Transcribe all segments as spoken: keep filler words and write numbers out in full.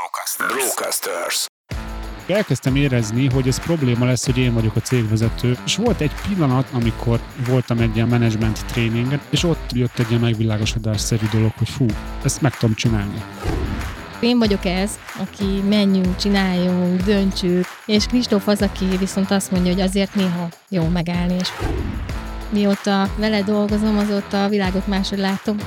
Brocasters. Brocasters. Elkezdtem érezni, hogy ez probléma lesz, hogy én vagyok a cégvezető. És volt egy pillanat, amikor voltam egy ilyen management tréningen, és ott jött egy ilyen megvilágosodásszerű dolog, hogy fú, ezt meg tudom csinálni. Én vagyok ez, aki menjünk, csináljunk, döntsük, és Kristóf az, aki viszont azt mondja, hogy azért néha jó megállni, és mióta vele dolgozom, azóta a világot máshogy látom.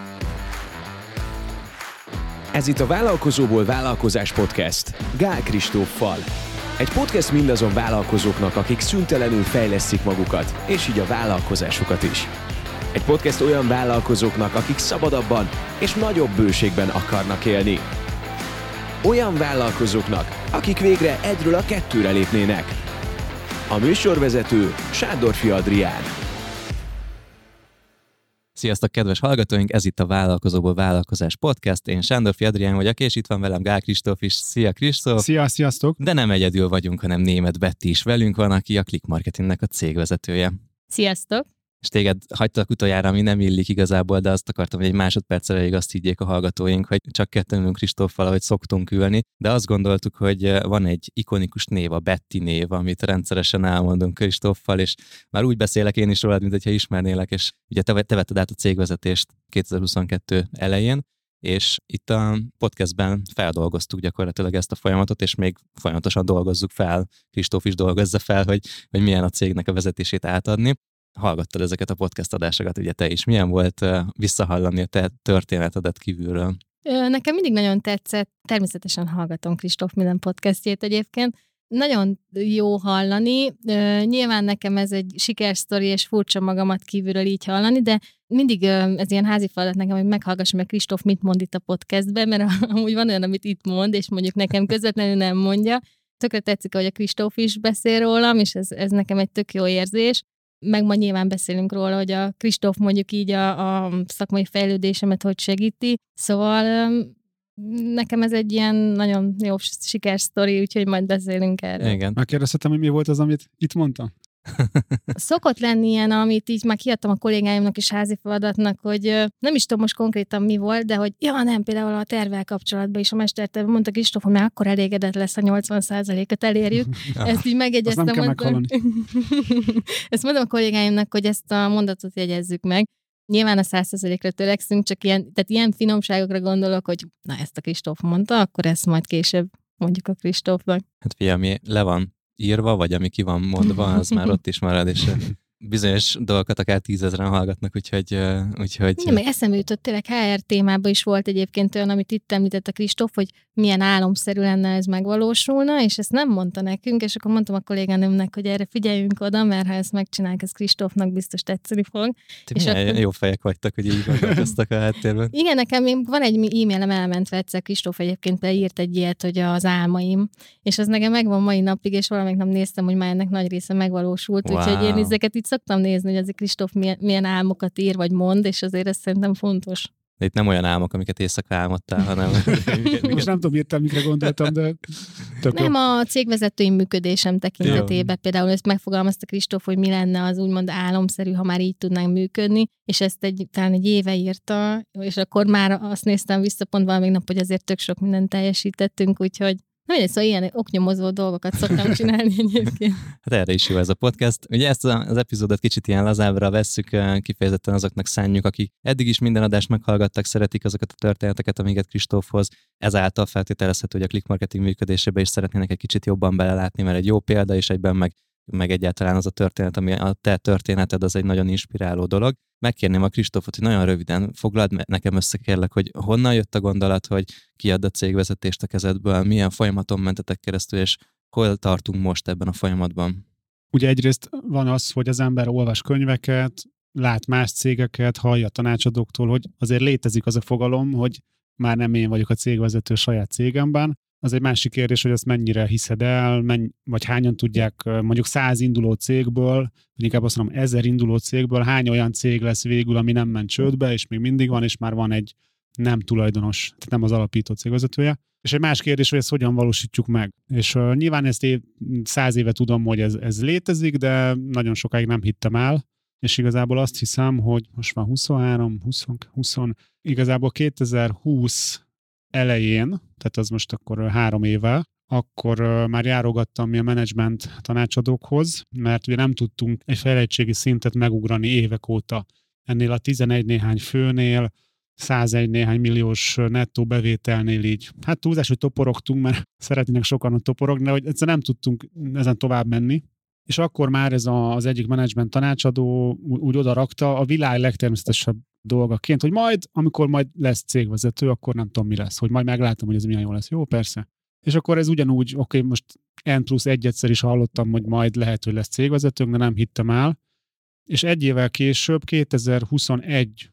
Ez itt a Vállalkozóból Vállalkozás Podcast Gál Kristóffal. Egy podcast mindazon vállalkozóknak, akik szüntelenül fejlesztik magukat, és így a vállalkozásukat is. Egy podcast olyan vállalkozóknak, akik szabadabban és nagyobb bőségben akarnak élni. Olyan vállalkozóknak, akik végre egyről a kettőre lépnének. A műsorvezető Sándorfi Adrián. Sziasztok, kedves hallgatóink! Ez itt a Vállalkozóból Vállalkozás Podcast. Én Sándorfi Adrián vagyok, és itt van velem Gál Kristóf is. Szia, Kristóf! Szia, sziasztok! De nem egyedül vagyunk, hanem Németh Betty is velünk van, aki a Click Marketingnek a cégvezetője. Sziasztok! És téged hagytak utoljára, ami nem illik igazából, de azt akartam, hogy egy másodperc elejéig azt higgyék a hallgatóink, hogy csak ketten ülünk Kristóffal, ahogy szoktunk ülni, de azt gondoltuk, hogy van egy ikonikus név, a Betty név, amit rendszeresen elmondunk Kristóffal, és már úgy beszélek én is rólad, mint hogyha ismernélek, és ugye te, te vetted át a cégvezetést kétezer-huszonkettő elején, és itt a podcastben feldolgoztuk gyakorlatilag ezt a folyamatot, és még folyamatosan dolgozzuk fel, Kristóf is dolgozza fel, hogy, hogy milyen a cégnek a vezetését átadni. Hallgattad ezeket a podcast adásokat, ugye te is. Milyen volt uh, visszahallani a te történetedet kívülről? Nekem mindig nagyon tetszett, természetesen hallgatom Kristóf minden podcastjét egyébként. Nagyon jó hallani, nyilván nekem ez egy sikersztori, és furcsa magamat kívülről így hallani, de mindig ez ilyen házi feladat nekem, hogy meghallgassam meg Kristóf mit mond itt a podcastben, mert amúgy van olyan, amit itt mond, és mondjuk nekem közvetlenül nem mondja. Tökre tetszik, hogy a Kristóf is beszél rólam, és ez, ez nekem egy tök jó érzés. Meg ma nyilván beszélünk róla, hogy a Kristóf mondjuk így a, a szakmai fejlődésemet hogy segíti. Szóval nekem ez egy ilyen nagyon jó sikersztori, úgyhogy majd beszélünk erről. Igen. Megkérdezhetem, hogy mi volt az, amit itt mondtam? Szokott lenni ilyen, amit így már kiadtam a kollégáimnak és házi feladatnak, hogy nem is tudom most konkrétan mi volt, de hogy ja nem, például a tervvel kapcsolatban is a mesterterv mondta Kristóf, hogy már akkor elégedett lesz, a nyolcvan százalékot elérjük. Ezt így megegyeztem. Azt nem kell meghallani. Ezt mondom a kollégáimnak, hogy ezt a mondatot jegyezzük meg. Nyilván a száz százalékra törekszünk, csak ilyen, tehát ilyen finomságokra gondolok, hogy na ezt a Kristóf mondta, akkor ezt majd később mondjuk a Kristófnak. Hát figyelj, ami le van írva, vagy ami ki van mondva, az már ott is marad, és bizonyos dolgokat akár tízezren hallgatnak, úgyhogy... úgyhogy... Igen, meg eszembe jutott, tényleg há er témában is volt egyébként olyan, amit itt említett a Kristóf, hogy milyen álomszerű lenne ez megvalósulna, és ezt nem mondta nekünk, és akkor mondtam a kolléganőmnek, hogy erre figyeljünk oda, mert ha ezt megcsinálják, ez Kristófnak biztos tetszeni fog. Ti és milyen akkor... jó fejek vagytok, hogy így gondolkoztak a háttérben. Igen, nekem van egy e-mailem elmentve egyszer, Kristóf egyébként leírt egy ilyet, hogy az álmaim, és az nekem megvan mai napig, és valamelyik nap néztem, hogy már ennek nagy része megvalósult, Wow. úgyhogy én ezeket itt szoktam nézni, hogy azért Kristóf milyen, milyen álmokat ír, vagy mond, és azért ez szerintem fontos. De itt nem olyan álmok, amiket éjszaka álmodtál, hanem... Most nem tudom írtam, mikre gondoltam, de tök Nem, jó. a cégvezetői működésem tekintetében például ezt megfogalmazta Kristóf, hogy mi lenne az úgymond álomszerű, ha már így tudnánk működni, és ezt egy, talán egy éve írta, és akkor már azt néztem vissza pont valamelyik nap, hogy azért tök sok mindent teljesítettünk, úgyhogy na, szóval ilyen oknyomozó dolgokat szoktam csinálni egyébként. Hát erre is jó ez a podcast. Ugye ezt az epizódot kicsit ilyen lazábbra vesszük, kifejezetten azoknak szánjuk, akik eddig is minden adást meghallgattak, szeretik azokat a történeteket, amiket Kristófhoz. Ezáltal feltételezhető, hogy a Click Marketing működésébe is szeretnének egy kicsit jobban belelátni, mert egy jó példa, és egyben meg, meg egyáltalán az a történet, ami a te történeted, az egy nagyon inspiráló dolog. Megkérném a Kristófot, hogy nagyon röviden foglald nekem össze, kérlek, hogy honnan jött a gondolat, hogy kiadd a cégvezetést a kezedből, milyen folyamaton mentetek keresztül, és hol tartunk most ebben a folyamatban? Ugye egyrészt van az, hogy az ember olvas könyveket, lát más cégeket, hallja tanácsadóktól, hogy azért létezik az a fogalom, hogy már nem én vagyok a cégvezető saját cégemben. Az egy másik kérdés, hogy azt mennyire hiszed el, menny, vagy hányan tudják, mondjuk száz induló cégből, vagy inkább azt mondom, ezer induló cégből, hány olyan cég lesz végül, ami nem ment csődbe, és még mindig van, és már van egy nem tulajdonos, tehát nem az alapító cégvezetője. És egy más kérdés, hogy ezt hogyan valósítjuk meg. És uh, nyilván ezt év, száz éve tudom, hogy ez, ez létezik, de nagyon sokáig nem hittem el, és igazából azt hiszem, hogy most már huszonhárom, húsz, húsz igazából kétezer-húsz elején, tehát az most akkor három éve, akkor már járogattam mi a menedzsment tanácsadókhoz, mert ugye nem tudtunk egy fejlettségi szintet megugrani évek óta. Ennél a tizenegy néhány főnél, százegy néhány milliós nettó bevételnél így. Hát túlzás, hogy toporogtunk, mert szeretnének sokan toporogni, de hogy egyszerűen nem tudtunk ezen tovább menni. És akkor már ez a, az egyik menedzsment tanácsadó úgy oda rakta a világ legtermészetesebb dolgaként, hogy majd, amikor majd lesz cégvezető, akkor nem tudom mi lesz, hogy majd meglátom, hogy ez milyen jó lesz. Jó, persze. És akkor ez ugyanúgy, oké, okay, most N plusz egy egyszer is hallottam, hogy majd lehet, hogy lesz cégvezetőnk, de nem hittem el. És egy évvel később, kétezer-huszonegy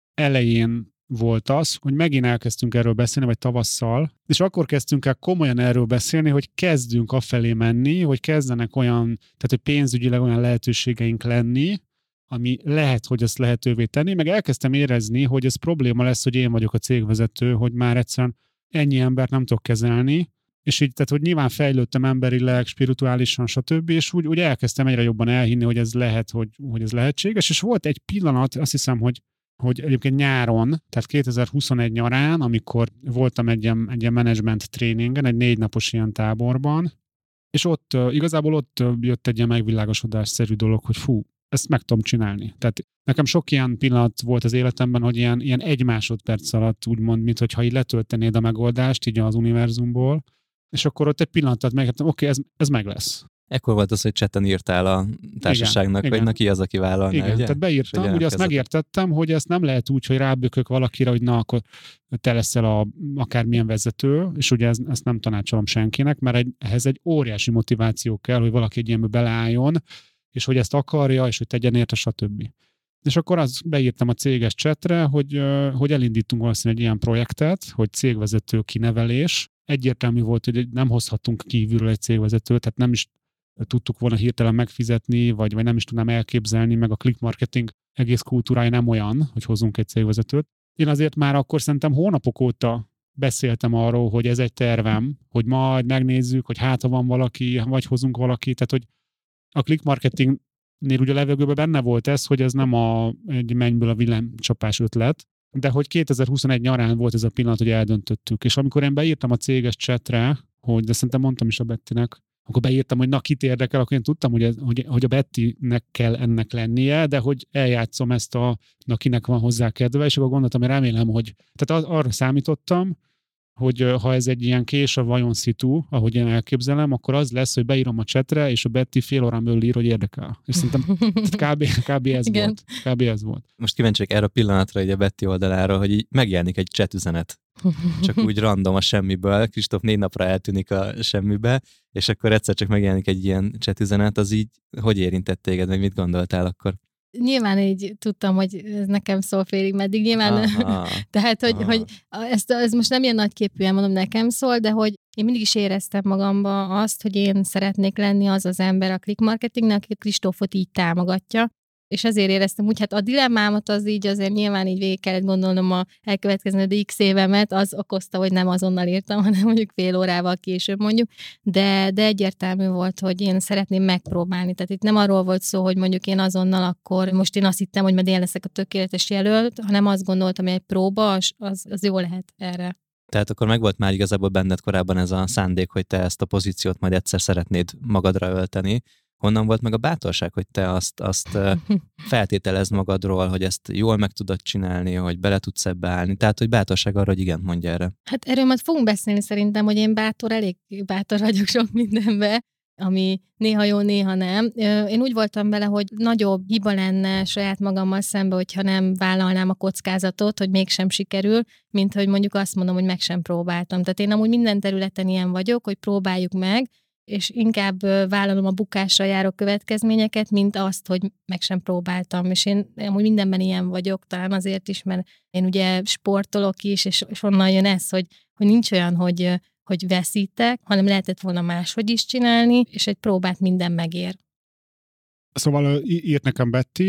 elején volt az, hogy megint elkezdtünk erről beszélni, vagy tavasszal, és akkor kezdtünk el komolyan erről beszélni, hogy kezdünk afelé menni, hogy kezdenek olyan, tehát hogy pénzügyileg olyan lehetőségeink lenni, ami lehet, hogy ezt lehetővé tenni, meg elkezdtem érezni, hogy ez probléma lesz, hogy én vagyok a cégvezető, hogy már egyszerűen ennyi embert nem tudok kezelni, és így, tehát, hogy nyilván fejlődtem emberileg, spirituálisan, stb., és úgy, úgy elkezdtem egyre jobban elhinni, hogy ez lehet, hogy, hogy ez lehetséges, és volt egy pillanat, azt hiszem, hogy hogy egyébként nyáron, tehát kétezer-huszonegy nyarán, amikor voltam egy ilyen, egy ilyen management tréningen, egy négy napos ilyen táborban, és ott igazából ott jött egy ilyen megvilágosodásszerű dolog, hogy fú, ezt meg tudom csinálni. Tehát nekem sok ilyen pillanat volt az életemben, hogy ilyen, ilyen egy másodperc alatt úgymond, mint hogyha így letöltenéd a megoldást így az univerzumból, és akkor ott egy pillanatot meghettem, oké, okay, ez, ez meg lesz. Ekkor volt az, hogy chatten írtál a társaságnak, igen, hogy na ki az, aki vállalná, igen, ugye? Tehát beírtam, ugye, ugye azt megértettem, hogy ezt nem lehet úgy, hogy rábökök valakire, hogy na, akkor te leszel a, akármilyen vezető, és ugye ez, ezt nem tanácsolom senkinek, mert egy, ehhez egy óriási motiváció kell, hogy valaki egy ilyenbe beleálljon, és hogy ezt akarja, és hogy tegyen érte, stb. És akkor az beírtam a céges chatre, hogy, hogy elindítunk valószínűleg egy ilyen projektet, hogy cégvezető kinevelés. Egyértelmű volt, hogy nem hozhatunk kívülről egy cégvezetőt, tehát nem is tudtuk volna hirtelen megfizetni, vagy, vagy nem is tudnám elképzelni, meg a click marketing egész kultúrája nem olyan, hogy hozzunk egy cégvezetőt. Én azért már akkor szerintem hónapok óta beszéltem arról, hogy ez egy tervem, hogy majd megnézzük, hogy hát ha van valaki, vagy hozunk valaki, tehát hogy a click marketingnél ugye a levegőben benne volt ez, hogy ez nem a, egy mennyből a villámcsapás ötlet, de hogy kétezer-huszonegy nyarán volt ez a pillanat, hogy eldöntöttük. És amikor én beírtam a céges chatre, hogy, de szerintem mondtam is a Bettinek, akkor beírtam, hogy na, kit érdekel, akkor én tudtam, hogy, ez, hogy, hogy a Bettinek kell ennek lennie, de hogy eljátszom ezt a, na, kinek van hozzá kedve, és akkor gondoltam, hogy remélem, hogy, tehát az, arra számítottam, hogy ha ez egy ilyen kés a vajon szitu, ahogy én elképzelem, akkor az lesz, hogy beírom a chatre, és a Betty fél órán belül ír, hogy érdekel. És szerintem kb, kb. ez Igen. volt. Kb. ez volt. Most kíváncsiak erre a pillanatra, hogy a Betty oldalára, hogy így megjelenik egy chat üzenet. Csak úgy random a semmiből, Kristóf négy napra eltűnik a semmibe, és akkor egyszer csak megjelenik egy ilyen chat üzenet, az így hogy érintett téged, vagy mit gondoltál akkor? Nyilván így tudtam, hogy ez nekem szól félig meddig. Nyilván, tehát, hogy, hogy ezt, ez most nem ilyen nagyképűen mondom, nekem szól, de hogy én mindig is éreztem magamba azt, hogy én szeretnék lenni az az ember a click marketingnek, aki Kristófot így támogatja, és ezért éreztem úgy, hát a dilemmámat az így azért nyilván így végig kellett gondolnom a elkövetkező x évemet, az okozta, hogy nem azonnal írtam, hanem mondjuk fél órával később mondjuk, de, de egyértelmű volt, hogy én szeretném megpróbálni. Tehát itt nem arról volt szó, hogy mondjuk én azonnal akkor, most én azt hittem, hogy majd én leszek a tökéletes jelölt, hanem azt gondoltam, hogy egy próba, az, az jó lehet erre. Tehát akkor megvolt már igazából benned korábban ez a szándék, hogy te ezt a pozíciót majd egyszer szeretnéd magadra ölteni. Honnan volt meg a bátorság, hogy te azt, azt feltételezd magadról, hogy ezt jól meg tudod csinálni, hogy bele tudsz ebbe állni? Tehát, hogy bátorság arra, hogy igen, mondja erre. Hát erről majd fogunk beszélni szerintem, hogy én bátor, elég bátor vagyok sok mindenbe, ami néha jó, néha nem. Én úgy voltam vele, hogy nagyobb hiba lenne saját magammal szembe, hogyha nem vállalnám a kockázatot, hogy mégsem sikerül, mint hogy mondjuk azt mondom, hogy meg sem próbáltam. Tehát én amúgy minden területen ilyen vagyok, hogy próbáljuk meg, és inkább vállalom a bukásra járó következményeket, mint azt, hogy meg sem próbáltam. És én amúgy mindenben ilyen vagyok, talán azért is, mert én ugye sportolok is, és, és onnan jön ez, hogy, hogy nincs olyan, hogy, hogy veszítek, hanem lehetett volna máshogy is csinálni, és egy próbát minden megér. Szóval írt nekem Betty,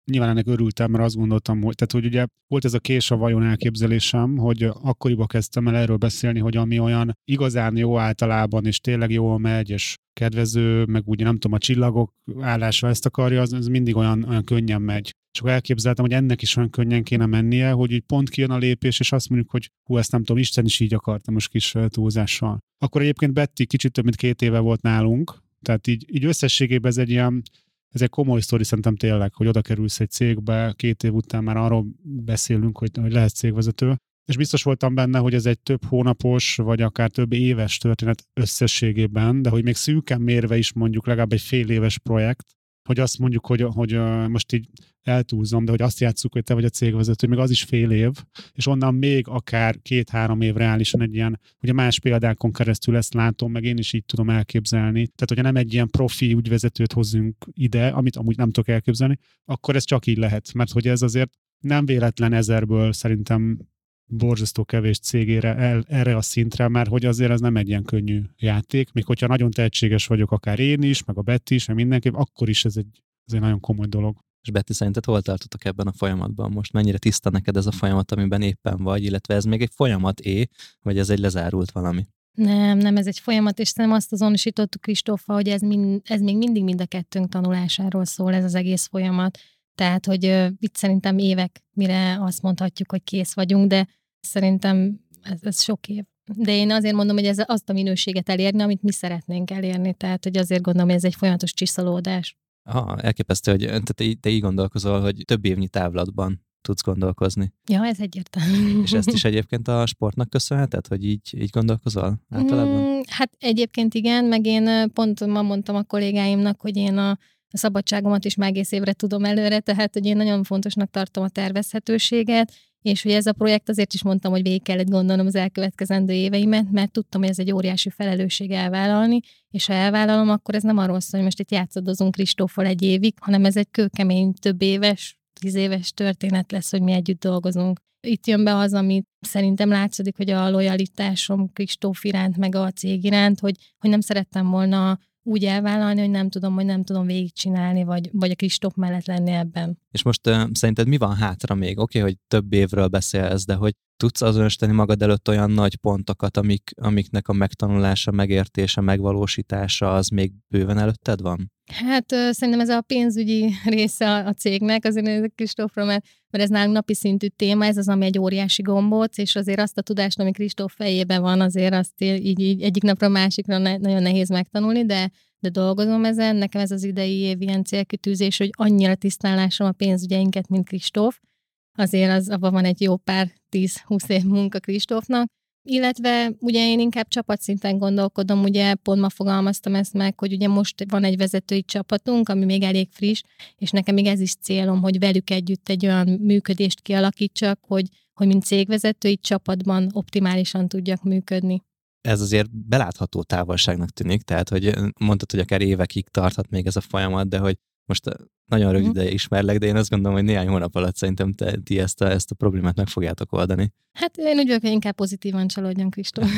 nyilván ennek örültem, mert azt gondoltam, hogy, tehát, hogy ugye volt ez a kés a vajon elképzelésem, hogy akkoriban kezdtem el erről beszélni, hogy ami olyan igazán jó általában, és tényleg jól megy, és kedvező, meg ugye nem tudom, a csillagok állása ezt akarja, az, az mindig olyan, olyan könnyen megy. Csak elképzeltem, hogy ennek is olyan könnyen kéne mennie, hogy így pont kijön a lépés, és azt mondjuk, hogy hú, ezt nem tudom, Isten is így akarta most kis túlzással. Akkor egyébként Betty kicsit több mint két éve volt nálunk, tehát így, így összességében ez egy ilyen, ez egy komoly sztori szerintem tényleg, hogy oda kerülsz egy cégbe, két év után már arról beszélünk, hogy, hogy lehet cégvezető. És biztos voltam benne, hogy ez egy több hónapos, vagy akár több éves történet összességében, de hogy még szűken mérve is mondjuk legalább egy fél éves projekt, hogy azt mondjuk, hogy, hogy most így eltúlzom, de hogy azt játsszuk, hogy te vagy a cégvezető, még az is fél év, és onnan még akár két-három év reálisan egy ilyen, ugye más példákon keresztül ezt látom, meg én is így tudom elképzelni. Tehát, hogyha nem egy ilyen profi ügyvezetőt hozzunk ide, amit amúgy nem tudok elképzelni, akkor ez csak így lehet, mert hogy ez azért nem véletlen ezerből szerintem borzasztó kevés cégére el, erre a szintre, mert hogy azért ez nem egy ilyen könnyű játék, még hogyha nagyon tehetséges vagyok, akár én is, meg a Betty is, meg mindenki, akkor is ez egy, ez egy nagyon komoly dolog. És Betty, szerinted hol tartotok ebben a folyamatban most? Mennyire tiszta neked ez a folyamat, amiben éppen vagy, illetve ez még egy folyamat é, vagy ez egy lezárult valami? Nem, nem, ez egy folyamat, és szerintem azt azonosítottuk Kristóffal, hogy ez, mind, ez még mindig mind a kettőnk tanulásáról szól, ez az egész folyamat. Tehát, hogy uh, itt szerintem évek, mire azt mondhatjuk, hogy kész vagyunk, de szerintem ez, ez sok év. De én azért mondom, hogy ez azt a minőséget elérni, amit mi szeretnénk elérni. Tehát, hogy azért gondolom, hogy ez egy folyamatos csiszolódás. Aha, elképesztő, hogy te, te, te így gondolkozol, hogy több évnyi távlatban tudsz gondolkozni. Ja, ez egyértelmű. És ezt is egyébként a sportnak köszönheted, hogy így, így gondolkozol általában? Mm, hát egyébként igen, meg én pont ma mondtam a kollégáimnak, hogy én a a szabadságomat is már egész évre tudom előre, tehát hogy én nagyon fontosnak tartom a tervezhetőséget, és hogy ez a projekt azért is mondtam, hogy végig kellett gondolnom az elkövetkezendő éveimet, mert tudtam, hogy ez egy óriási felelősség elvállalni, és ha elvállalom, akkor ez nem arról szól, hogy most itt játszadozunk Kristóffal egy évig, hanem ez egy kőkemény, több éves, tíz éves történet lesz, hogy mi együtt dolgozunk. Itt jön be az, amit szerintem látszik, hogy a lojalitásom Kristóf iránt, meg a cég iránt, hogy, hogy nem szerettem volna úgy elvállalni, hogy nem tudom, hogy nem tudom végigcsinálni, vagy, vagy a Kristóf mellett lenni ebben. És most uh, szerinted mi van hátra még? Oké, okay, hogy több évről beszélsz, de hogy tudsz azonosítani magad előtt olyan nagy pontokat, amik, amiknek a megtanulása, megértése, megvalósítása az még bőven előtted van? Hát uh, szerintem ez a pénzügyi része a, a cégnek, azért ez a Kristófra, mert, mert ez nálunk napi szintű téma, ez az, ami egy óriási gombóc, és azért azt a tudást, ami Kristóf fejében van, azért azt így, így egyik napra másikra ne, nagyon nehéz megtanulni, de, de dolgozom ezen. Nekem ez az idei év ilyen célkitűzés, hogy annyira tisztán lássam a pénzügyeinket, mint Kristóf. Azért az, abban van egy jó pár tíz-húsz év munka Kristófnak. Illetve ugye én inkább csapatszinten gondolkodom, ugye pont ma fogalmaztam ezt meg, hogy ugye most van egy vezetői csapatunk, ami még elég friss, és nekem még ez is célom, hogy velük együtt egy olyan működést kialakítsak, hogy, hogy mint cégvezetői csapatban optimálisan tudjak működni. Ez azért belátható távolságnak tűnik, tehát hogy mondtad, hogy akár évekig tarthat még ez a folyamat, de hogy most nagyon rövid ideje ismerlek, de én azt gondolom, hogy néhány hónap alatt szerintem te, ti ezt a, ezt a problémát meg fogjátok oldani. Hát én úgy vagyok, hogy inkább pozitívan csalódjon, Kristóf.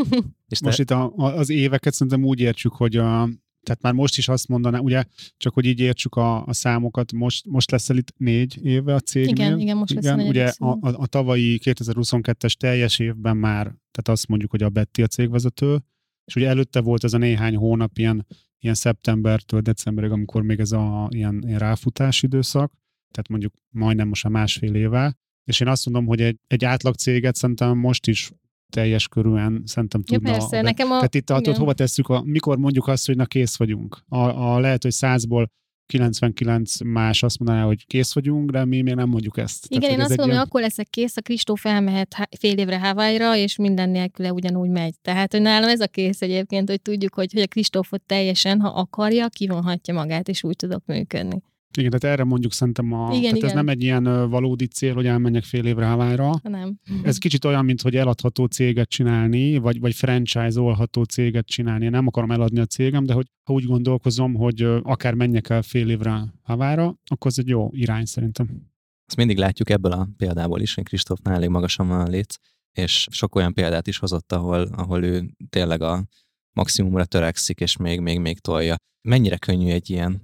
Most itt a, a, az éveket szerintem úgy értsük, hogy a, tehát már most is azt mondaná, ugye, csak hogy így értsük a, a számokat, most, most lesz el itt négy éve a cégnél. Igen, igen, most igen, lesz ugye a, a, a tavalyi kétezer-huszonkettes teljes évben már, tehát azt mondjuk, hogy a Betty a cégvezető, és ugye előtte volt ez a néhány hónap ilyen, ilyen szeptembertől decemberig, amikor még ez a ilyen, ilyen ráfutás időszak, tehát mondjuk majdnem most a másfél éve, és én azt mondom, hogy egy, egy átlag céget szerintem most is teljes körülön szerintem tudna. Ja, persze, be, nekem a... Tehát itt attól, hova tesszük, a, mikor mondjuk azt, hogy na kész vagyunk. A, a lehet, hogy százból kilencvenkilenc más azt mondaná, hogy kész vagyunk, de mi még nem mondjuk ezt. Igen, Tehát, én azt mondom, ilyen... hogy akkor leszek kész, a Kristóf elmehet fél évre Hawaii-ra, és minden nélküle ugyanúgy megy. Tehát, hogy nálam ez a kész egyébként, hogy tudjuk, hogy, hogy a Kristófot teljesen, ha akarja, kivonhatja magát, és úgy tudok működni. Igen, tehát erre mondjuk szerintem a, igen, tehát igen. ez nem egy ilyen valódi cél, hogy elmenjek fél évre Hawaii-ra. Nem. Ez kicsit olyan, mint hogy eladható céget csinálni, vagy, vagy franchise-olható céget csinálni. Én nem akarom eladni a cégem, de hogy ha úgy gondolkozom, hogy akár menjek el fél évre Hawaii-ra, akkor ez egy jó irány szerintem. Ezt mindig látjuk ebből a példából is, hogy Kristófnál elég magasan van a léc, és sok olyan példát is hozott, ahol, ahol ő tényleg a maximumra törekszik, és még, még, még tolja. Mennyire könnyű egy ilyen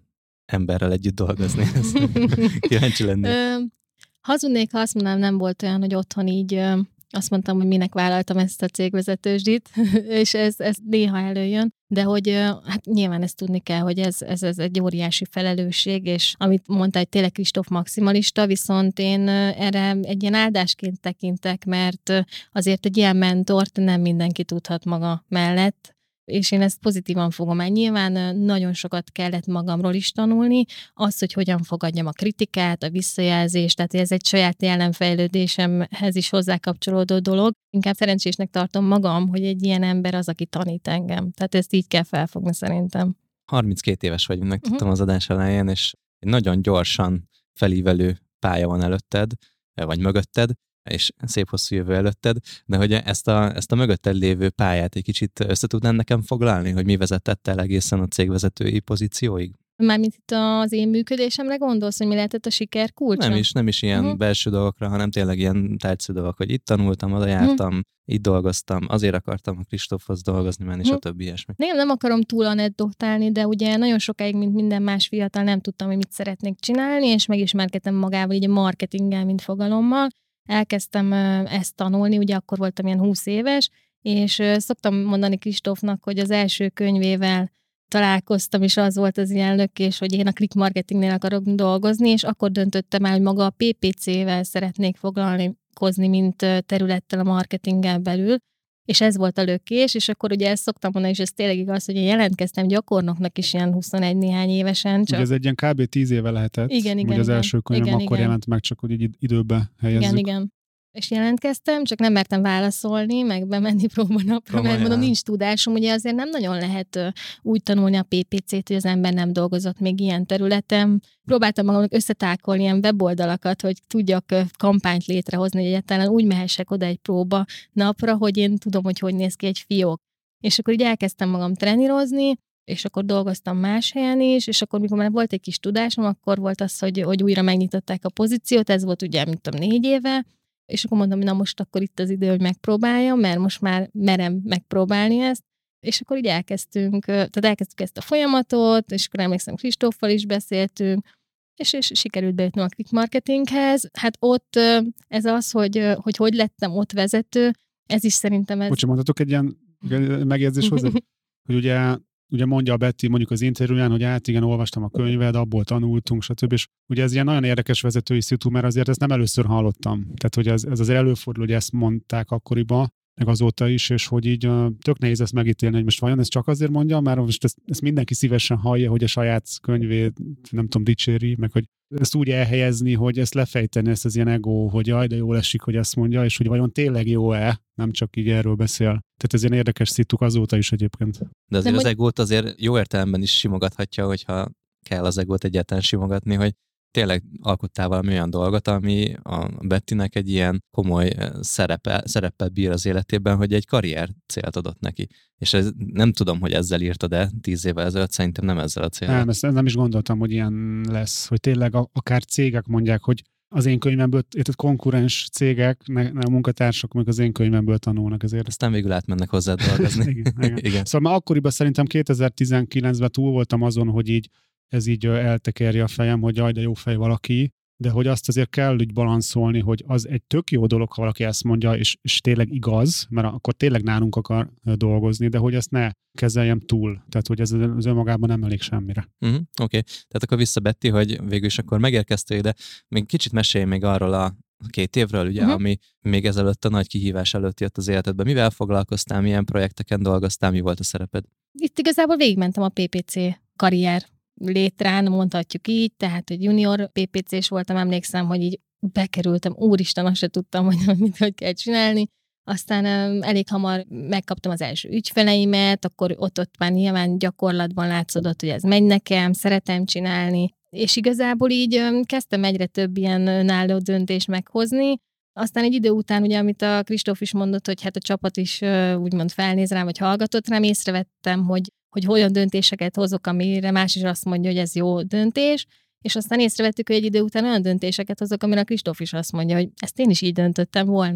emberrel együtt dolgozni. Kíváncsi lennék. Hazudnék, ha azt mondanám, nem volt olyan, hogy otthon így ö, azt mondtam, hogy minek vállaltam ezt a cégvezetősdit, és ez, ez néha előjön, de hogy ö, hát nyilván ezt tudni kell, hogy ez, ez, ez egy óriási felelősség, és amit mondta, hogy tényleg Kristóf maximalista, viszont én ö, erre egy ilyen áldásként tekintek, mert ö, azért egy ilyen mentort nem mindenki tudhat maga mellett, és én ezt pozitívan fogom el. Nyilván nagyon sokat kellett magamról is tanulni, az, hogy hogyan fogadjam a kritikát, a visszajelzést, tehát ez egy saját jelenfejlődésemhez is hozzákapcsolódó dolog. Inkább szerencsésnek tartom magam, hogy egy ilyen ember az, aki tanít engem. Tehát ezt így kell felfogni szerintem. harminckét éves vagy, meg tudtam uh-huh. az adás elején, és egy nagyon gyorsan felívelő pálya van előtted, vagy mögötted, és szép hosszú jövő előtted, de hogy ezt a, ezt a mögötted lévő pályát egy kicsit össze tudnál nekem foglalni, hogy mi vezetett el egészen a cégvezetői pozícióig? Mármint itt az én működésemre gondolsz, hogy mi lehetett a siker kulcsa? Nem is, nem is ilyen uh-huh. belső dolgokra, hanem tényleg ilyen tárcű dolgok, hogy itt tanultam, oda jártam, uh-huh. itt dolgoztam, azért akartam a Kristófhoz dolgozni menni, uh-huh. stb. Ilyesmi. Nem, nem akarom túl anekdotálni, de ugye nagyon sokáig, mint minden más fiatal, nem tudtam, hogy mit szeretnék csinálni, és megismerkedtem magával így a marketinggel, mint fogalommal. Elkezdtem ezt tanulni, ugye akkor voltam ilyen húsz éves, és szoktam mondani Kristófnak, hogy az első könyvével találkoztam, és az volt az ilyen lökés, hogy én a click marketingnél akarok dolgozni, és akkor döntöttem el, hogy maga a pé pé cével szeretnék foglalkozni, mint területtel a marketinggel belül, és ez volt a lökés, és akkor ugye ezt szoktam mondani, és ez tényleg igaz, hogy én jelentkeztem gyakornoknak is ilyen huszonegy néhány évesen. Csak... Ugye ez egy ilyen kb. tíz éve lehetett, igen, igen, hogy az igen, első könyvem igen, akkor igen. jelent meg, csak hogy így időbe helyezzük. Igen, igen. És jelentkeztem, csak nem mertem válaszolni, meg bemenni próbanapra, mert mondom, nincs tudásom, ugye azért nem nagyon lehet úgy tanulni a pé pé cét, hogy az ember nem dolgozott még ilyen területen. Próbáltam magamnak összetákolni ilyen weboldalakat, hogy tudjak kampányt létrehozni, hogy egyáltalán úgy mehessek oda egy próba napra, hogy én tudom, hogy hogy néz ki egy fiók. És akkor így elkezdtem magam trenírozni, és akkor dolgoztam más helyen is, és akkor mikor már volt egy kis tudásom, akkor volt az, hogy, hogy újra megnyitották a pozíciót, ez volt ugye, mint tudom, négy éve, és akkor mondom, hogy na most akkor itt az idő, hogy megpróbáljam, mert most már merem megpróbálni ezt, és akkor így elkezdtünk, tehát elkezdtük ezt a folyamatot, és akkor emlékszem, Kristóffal is beszéltünk, és, és sikerült beütnöm a click marketinghez. Hát ott ez az, hogy, hogy hogy lettem ott vezető, ez is szerintem ez... Bocsánat, mondhatok egy ilyen megjegyzés hozzá, hogy ugye Ugye mondja a Betty mondjuk az interjúján, hogy hát igen, olvastam a könyved, abból tanultunk, stb. És ugye ez ilyen nagyon érdekes vezetői szitu, mert azért ezt nem először hallottam. Tehát, hogy ez, ez azért előfordul, hogy ezt mondták akkoriban, meg azóta is, és hogy így uh, tök nehéz ezt megítélni, hogy most vajon ez csak azért mondja, mert most ezt, ezt mindenki szívesen hallja, hogy a saját könyvét, nem tudom, dicséri, meg hogy ezt úgy elhelyezni, hogy ezt lefejteni, ezt az ilyen ego, hogy jaj, de jól esik, hogy ezt mondja, és hogy vajon tényleg jó-e, nem csak így erről beszél. Tehát ez ilyen érdekes szituk azóta is egyébként. De azért de az hogy... egót azért jó értelemben is simogathatja, hogyha kell az egót egyáltalán simogatni, hogy tényleg alkottál valami olyan dolgot, ami a Bettynek egy ilyen komoly szerepe, szereppel bír az életében, hogy egy karrier célt adott neki. És ez, nem tudom, hogy ezzel írtad, de tíz évvel ezelőtt szerintem nem ezzel a célral. Nem, ezt nem is gondoltam, hogy ilyen lesz, hogy tényleg akár cégek mondják, hogy az én könyvemből, érted, konkurens cégek, ne, ne a munkatársak meg az én könyvemből tanulnak ezért. Aztán végül átmennek hozzá dolgozni. igen, igen. igen. Szóval már akkoriban szerintem kétezer-tizenkilencben túl voltam azon, hogy így ez így eltekerje a fejem, hogy jaj, de jó fej valaki, de hogy azt azért kell úgy balanszolni, hogy az egy tök jó dolog, ha valaki ezt mondja, és, és tényleg igaz, mert akkor tényleg nálunk akar dolgozni, de hogy ezt ne kezeljem túl. Tehát, hogy ez az önmagában nem elég semmire. Uh-huh, Oké, okay. Tehát akkor vissza Betty, hogy végül is akkor megérkeztél ide. Még kicsit mesélj még arról a két évről, ugye, uh-huh. ami még ezelőtt a nagy kihívás előtt jött az életedben. Mivel foglalkoztál, milyen projekteken dolgoztál, mi volt a szereped? Itt igazából végigmentem a pé pé cé karrier létrán, mondhatjuk így, tehát, hogy junior pé pé cés voltam, emlékszem, hogy így bekerültem, úristen, azt se tudtam, hogy mit hogy kell csinálni. Aztán um, elég hamar megkaptam az első ügyfeleimet, akkor ott-ott már nyilván gyakorlatban látszódott, hogy ez megy nekem, szeretem csinálni, és igazából így um, kezdtem egyre több ilyen önálló döntést meghozni. Aztán egy idő után, ugye, amit a Kristóf is mondott, hogy hát a csapat is uh, úgymond felnéz rám, vagy hallgatott rám, észrevettem, hogy hogy olyan döntéseket hozok, amire más is azt mondja, hogy ez jó döntés, és aztán észrevettük, hogy egy idő után olyan döntéseket hozok, amire a Kristóf is azt mondja, hogy ezt én is így döntöttem volna.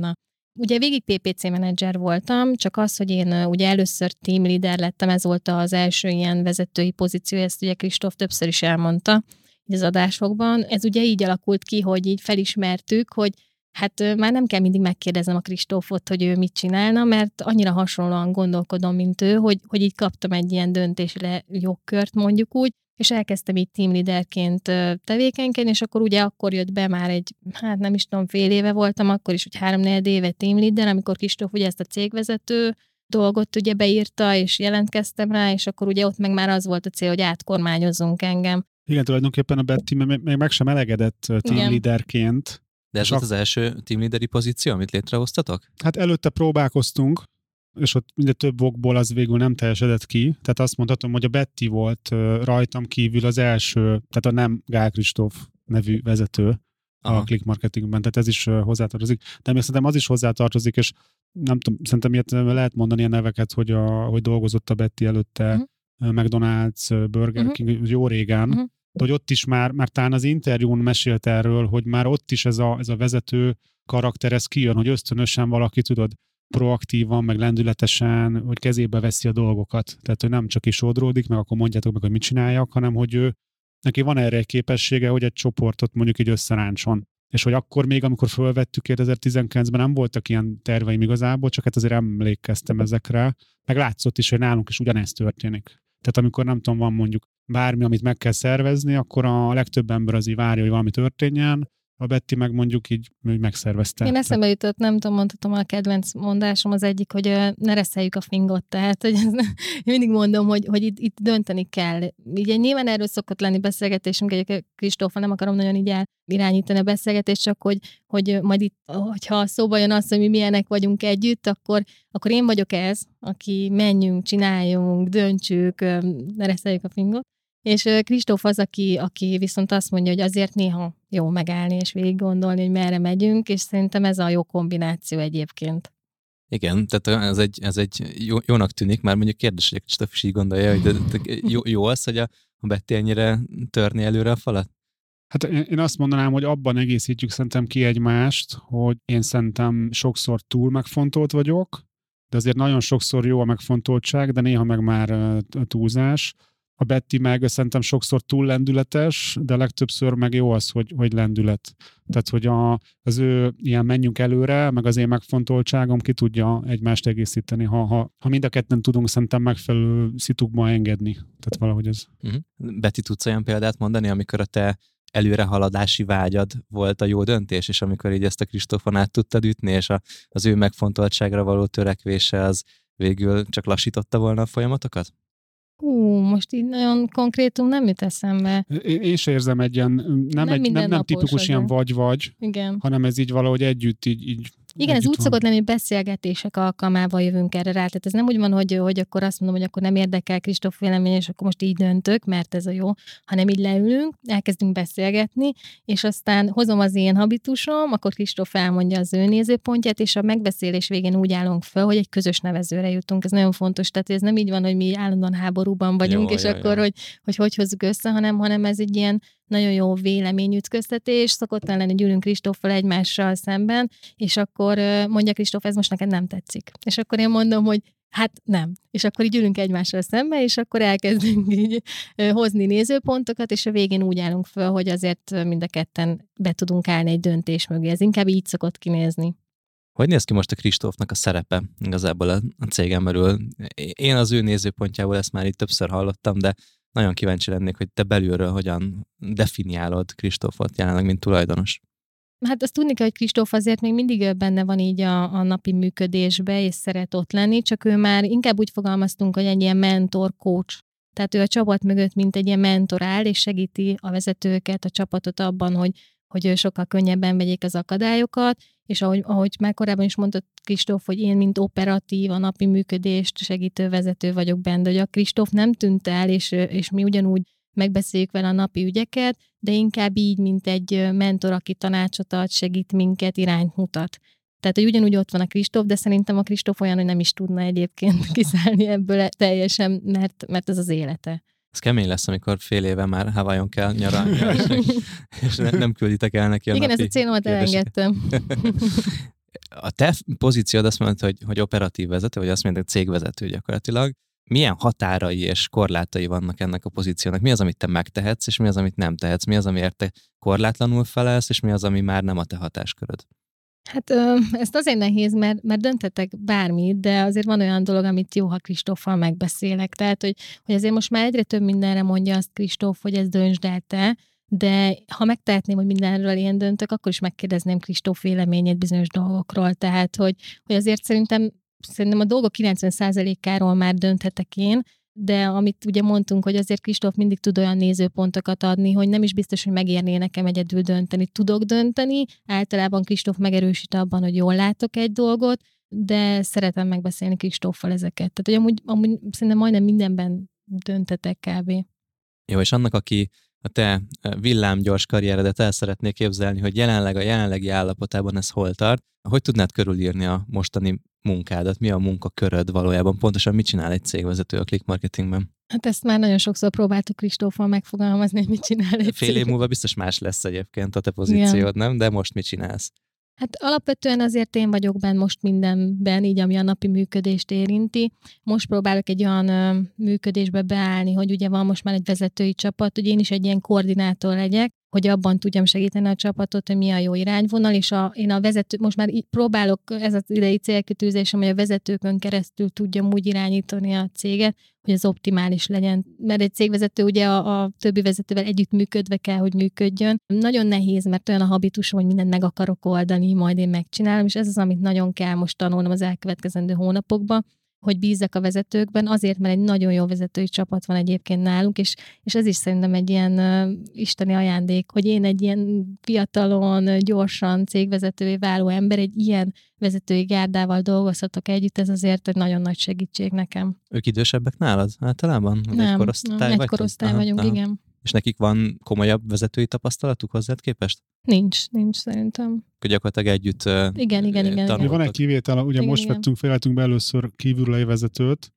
Ugye végig pé pé cé menedzser voltam, csak az, hogy én ugye először team leader lettem, ez volt az első ilyen vezetői pozíció, ezt ugye Kristóf többször is elmondta az adásokban. Ez ugye így alakult ki, hogy így felismertük, hogy hát már nem kell mindig megkérdeznem a Kristófot, hogy ő mit csinálna, mert annyira hasonlóan gondolkodom, mint ő, hogy, hogy így kaptam egy ilyen döntésre jogkört, mondjuk úgy, és elkezdtem így team leaderként tevékenykedni, és akkor ugye akkor jött be már egy, hát nem is tudom, fél éve voltam, akkor is, hogy három-négy éve team leader, amikor Kristóf ugye ezt a cégvezető dolgot ugye beírta, és jelentkeztem rá, és akkor ugye ott meg már az volt a cél, hogy átkormányozzunk engem. Igen, tulajdonképpen a Betty még meg sem elegedett team Igen. leaderként. De ez volt az első team leaderi pozíció, amit létrehoztatok? Hát előtte próbálkoztunk, és ott minden több okból az végül nem teljesedett ki. Tehát azt mondhatom, hogy a Betty volt rajtam kívül az első, tehát a nem Gál Kristóf nevű vezető Aha. a click marketingben, tehát ez is hozzátartozik. De még szerintem az is hozzátartozik, és nem tudom, szerintem ilyet lehet mondani ilyen neveket, hogy, a, hogy dolgozott a Betty előtte uh-huh. McDonald's, Burger uh-huh. King, jó régen, uh-huh. de hogy ott is már, már talán az interjún mesélt erről, hogy már ott is ez a, ez a vezető karakter, ez kijön, hogy ösztönösen valaki, tudod, proaktívan, meg lendületesen, hogy kezébe veszi a dolgokat. Tehát, hogy nem csak is sodródik, meg akkor mondjátok meg, hogy mit csináljak, hanem, hogy ő, neki van erre egy képessége, hogy egy csoportot mondjuk így összeráncson. És hogy akkor még, amikor fölvettük kétezer-tizenkilencben, nem voltak ilyen terveim igazából, csak hát azért emlékeztem ezekre, meg látszott is, hogy nálunk is ugyanezt történik. Tehát amikor nem tudom, van mondjuk bármi, amit meg kell szervezni, akkor a legtöbb ember azért várja, hogy valami történjen, a Betty meg mondjuk így megszervezte. Én eszembe jutott, nem tudom, mondhatom a kedvenc mondásom az egyik, hogy ne reszeljük a fingot, tehát hogy ez, én mindig mondom, hogy, hogy itt, itt dönteni kell. Ugye nyilván erről szokott lenni beszélgetésünk, egyébként Kristóffal nem akarom nagyon így irányítani a beszélgetést, csak hogy, hogy majd itt, hogyha szóba jön az, hogy mi milyenek vagyunk együtt, akkor, akkor én vagyok ez, aki menjünk, csináljunk, döntsük, ne reszeljük a fingot. És Kristóf az, aki, aki viszont azt mondja, hogy azért néha jó megállni és végig gondolni, hogy merre megyünk, és szerintem ez a jó kombináció egyébként. Igen, tehát ez egy, ez egy jó, jónak tűnik, már mondjuk kérdés, hogy Kristóf is így gondolja, hogy de, de jó, jó az, hogy a, a Betty ennyire törni előre a falat? Hát én azt mondanám, hogy abban egészítjük szerintem ki egymást, hogy én szerintem sokszor túl megfontolt vagyok, de azért nagyon sokszor jó a megfontoltság, de néha meg már túlzás. A Betty meg szerintem sokszor túl lendületes, de legtöbbször meg jó az, hogy, hogy lendület. Tehát, hogy a, az ő ilyen menjünk előre, meg az én megfontoltságom ki tudja egymást egészíteni, ha, ha, ha mind a ketten tudunk szerintem megfelelő szitukba engedni. Tehát valahogy ez. Uh-huh. Betty, tudsz olyan példát mondani, amikor a te előrehaladási vágyad volt a jó döntés, és amikor így ezt a Kristófon át tudtad ütni, és a, az ő megfontoltságra való törekvése az végül csak lassította volna a folyamatokat? Hú, most így nagyon konkrétum nem jut eszembe. Én, én se érzem egy ilyen, nem, nem, egy, nem, nem tipikus ilyen vagy-vagy, Igen. hanem ez így valahogy együtt így, így Igen, ez úgy van. Szokott lenni, hogy beszélgetések alkalmával jövünk erre rá. Tehát ez nem úgy van, hogy, hogy akkor azt mondom, hogy akkor nem érdekel Kristóf vélemény, és akkor most így döntök, mert ez a jó, hanem így leülünk, elkezdünk beszélgetni, és aztán hozom az én habitusom, akkor Kristóf elmondja az ő nézőpontját, és a megbeszélés végén úgy állunk fel, hogy egy közös nevezőre jutunk. Ez nagyon fontos. Tehát ez nem így van, hogy mi állandóan háborúban vagyunk, jó, és jó, akkor, jó. Hogy, hogy hogy hozzuk össze, hanem, hanem ez egy ilyen nagyon jó véleményütköztetés, szokott lenni, hogy ülünk Kristóffal egymással szemben, és akkor mondja Kristóf, ez most neked nem tetszik. És akkor én mondom, hogy hát nem. És akkor így ülünk egymással szembe, és akkor elkezdünk így hozni nézőpontokat, és a végén úgy állunk föl, hogy azért mind a ketten be tudunk állni egy döntés mögé. Ez inkább így szokott kinézni. Hogy néz ki most a Kristófnak a szerepe igazából a, a cégen belül? Én az ő nézőpontjából ezt már itt többször hallottam, de nagyon kíváncsi lennék, hogy te belülről hogyan definiálod Kristófot jelenleg, mint tulajdonos. Hát azt tudni kell, hogy Kristóf azért még mindig benne van így a, a napi működésbe, és szeret ott lenni, csak ő már inkább úgy fogalmaztunk, hogy egy ilyen mentor, coach. Tehát ő a csapat mögött, mint egy ilyen mentor áll, és segíti a vezetőket, a csapatot abban, hogy, hogy ő sokkal könnyebben vegyék az akadályokat, és ahogy, ahogy már korábban is mondott Kristóf, hogy én, mint operatív, a napi működést segítő vezető vagyok benne, hogy a Kristóf nem tűnt el, és, és mi ugyanúgy megbeszéljük vele a napi ügyeket, de inkább így, mint egy mentor, aki tanácsot ad, segít minket, irányt mutat. Tehát, hogy ugyanúgy ott van a Kristóf, de szerintem a Kristóf olyan, hogy nem is tudna egyébként kiszállni ebből teljesen, mert, mert ez az élete. Ez kemény lesz, amikor fél éve már Hawaiion kell nyaralni, és nem külditek el neki a Igen, napi ezt a célomat elengedtem. A te pozíciód azt mondod, hogy, hogy operatív vezető, vagy azt mondod, hogy cégvezető gyakorlatilag. Milyen határai és korlátai vannak ennek a pozíciónak? Mi az, amit te megtehetsz, és mi az, amit nem tehetsz? Mi az, amiért te korlátlanul felelsz, és mi az, ami már nem a te hatásköröd? Hát ö, ezt azért nehéz, mert, mert dönthetek bármit, de azért van olyan dolog, amit jó, ha Kristóffal megbeszélek. Tehát, hogy, hogy azért most már egyre több mindenre mondja azt Kristóf, hogy ezt döntsd el te, de ha megtehetném, hogy mindenről én döntök, akkor is megkérdezném Kristóf véleményét bizonyos dolgokról. Tehát, hogy, hogy azért szerintem, szerintem a dolgok kilencven százalékáról már dönthetek én, de amit ugye mondtunk, hogy azért Kristóf mindig tud olyan nézőpontokat adni, hogy nem is biztos, hogy megérné nekem egyedül dönteni. Tudok dönteni, általában Kristóf megerősít abban, hogy jól látok egy dolgot, de szeretem megbeszélni Kristóffal ezeket. Tehát, hogy amúgy, amúgy szerintem majdnem mindenben döntetek kb. Jó, és annak, aki a te villámgyors karrieredet el szeretnék képzelni, hogy jelenleg a jelenlegi állapotában ez hol tart, hogy tudnád körülírni a mostani munkádat? Mi a munkaköröd valójában? Pontosan mit csinál egy cégvezető a Click Marketingben? Hát ezt már nagyon sokszor próbáltuk Kristóffal megfogalmazni, hogy mit csinál egy Fél év múlva biztos más lesz egyébként a te pozíciód, igen. Nem? De most mit csinálsz? Hát alapvetően azért én vagyok benne most mindenben, így ami a napi működést érinti. Most próbálok egy olyan ö, működésbe beállni, hogy ugye van most már egy vezetői csapat, hogy én is egy ilyen koordinátor legyek, hogy abban tudjam segíteni a csapatot, hogy mi a jó irányvonal, és a, én a vezető, most már próbálok, ez az idei célkitűzésem, hogy a vezetőkön keresztül tudjam úgy irányítani a céget, hogy az optimális legyen. Mert egy cégvezető ugye a, a többi vezetővel együttműködve kell, hogy működjön. Nagyon nehéz, mert olyan a habitusom, hogy mindent meg akarok oldani, majd én megcsinálom, és ez az, amit nagyon kell most tanulnom az elkövetkezendő hónapokban, hogy bízzak a vezetőkben, azért, mert egy nagyon jó vezetői csapat van egyébként nálunk, és, és ez is szerintem egy ilyen uh, isteni ajándék, hogy én egy ilyen fiatalon, gyorsan cégvezetővé váló ember, egy ilyen vezetői gárdával dolgozhatok együtt, ez azért egy nagyon nagy segítség nekem. Ők idősebbek nálad általában? Nem, egy korosztály, nem, egy korosztály aha, vagyunk, aha. Igen. És nekik van komolyabb vezetői tapasztalatuk hozzád képest? Nincs, nincs szerintem. Hogy gyakorlatilag együtt uh, igen, igen, igen, igen. Van egy kivétel, ugye igen, most igen. vettünk fel be először kívülről egy vezetőt,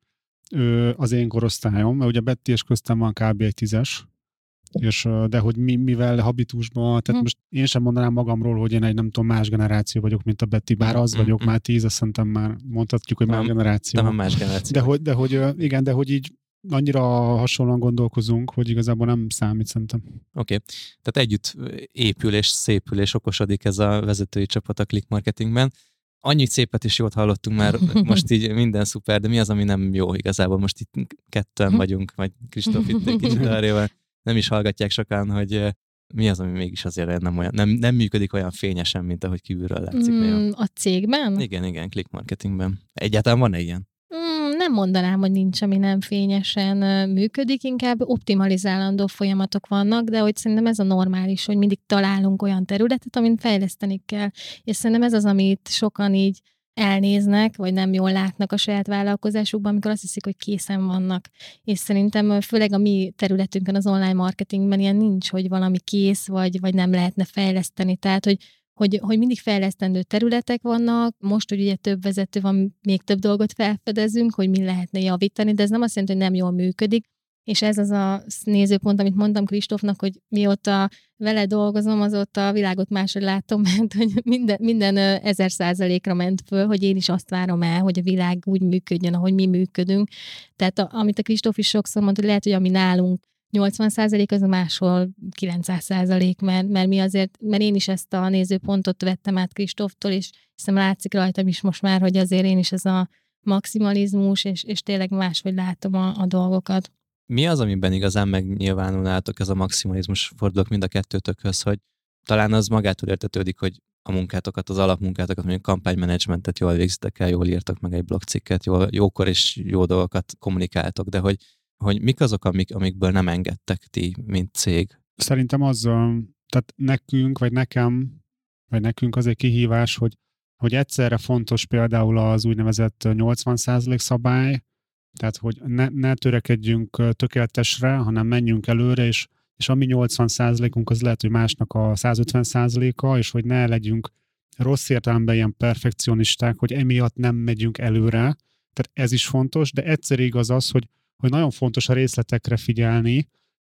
az én korosztályom, mert ugye Betty és köztem van kb. Egy tízes, és, de hogy mi, mivel habitusban, tehát hm. most én sem mondanám magamról, hogy én egy nem tudom, más generáció vagyok, mint a Betty, bár az hm. vagyok, hm. már tíz, azt szerintem már mondhatjuk, hogy más generáció. Nem a más generáció. De hogy, de hogy igen, de hogy így annyira hasonlóan gondolkozunk, hogy igazából nem számít szerintem. Oké, okay. Tehát együtt épül és szépül és okosodik ez a vezetői csapat a Click Marketingben. Annyi szépet is jót hallottunk már, most így minden szuper, de mi az, ami nem jó igazából? Most itt ketten vagyunk, vagy Kristóf itt egy kicsit arréval nem is hallgatják sokan, hogy mi az, ami mégis azért nem, olyan, nem, nem működik olyan fényesen, mint ahogy kívülről látszik. Mm, a cégben? Igen, igen, Click Marketingben. Egyáltalán van-e ilyen? Nem mondanám, hogy nincs, ami nem fényesen működik, inkább optimalizálandó folyamatok vannak, de hogy szerintem ez a normális, hogy mindig találunk olyan területet, amin fejleszteni kell. És szerintem ez az, amit sokan így elnéznek, vagy nem jól látnak a saját vállalkozásukban, amikor azt hiszik, hogy készen vannak. És szerintem főleg a mi területünkön, az online marketingben ilyen nincs, hogy valami kész, vagy, vagy nem lehetne fejleszteni. Tehát, hogy Hogy, hogy mindig fejlesztendő területek vannak, most, hogy ugye több vezető van, még több dolgot felfedezünk, hogy mi lehetne javítani, de ez nem azt jelenti, hogy nem jól működik, és ez az a nézőpont, amit mondtam Kristófnak, hogy mióta vele dolgozom, azóta a világot máshogy látom, mert hogy minden, minden ezer százalékra ment föl, hogy én is azt várom el, hogy a világ úgy működjön, ahogy mi működünk. Tehát a, amit a Kristóf is sokszor mondta, hogy lehet, hogy ami nálunk nyolcvan százalék, az a máshol kilencszáz százalék, mert, mert mi azért, mert én is ezt a nézőpontot vettem át Kristóftól, és hiszem látszik rajtam is most már, hogy azért én is ez a maximalizmus, és, és tényleg máshogy látom a, a dolgokat. Mi az, amiben igazán megnyilvánulnátok ez a maximalizmus, fordulok mind a kettőtökhöz, hogy talán az magától értetődik, hogy a munkátokat, az alapmunkátokat, mondjuk kampánymenedzsmentet jól végzitek el, jól írtak meg egy blogcikket, jól, jókor és jó dolgokat kommunikáltok, de hogy hogy mik azok, amik, amikből nem engedtek ti, mint cég? Szerintem az, tehát nekünk, vagy nekem, vagy nekünk az egy kihívás, hogy, hogy egyszerre fontos például az úgynevezett nyolcvan százalék szabály, tehát hogy ne, ne törekedjünk tökéletesre, hanem menjünk előre, és, és ami nyolcvan százalékunk, az lehet, hogy másnak a száz ötven százaléka, és hogy ne legyünk rossz értelemben ilyen perfekcionisták, hogy emiatt nem megyünk előre. Tehát ez is fontos, de egyszer igaz az, hogy hogy nagyon fontos a részletekre figyelni,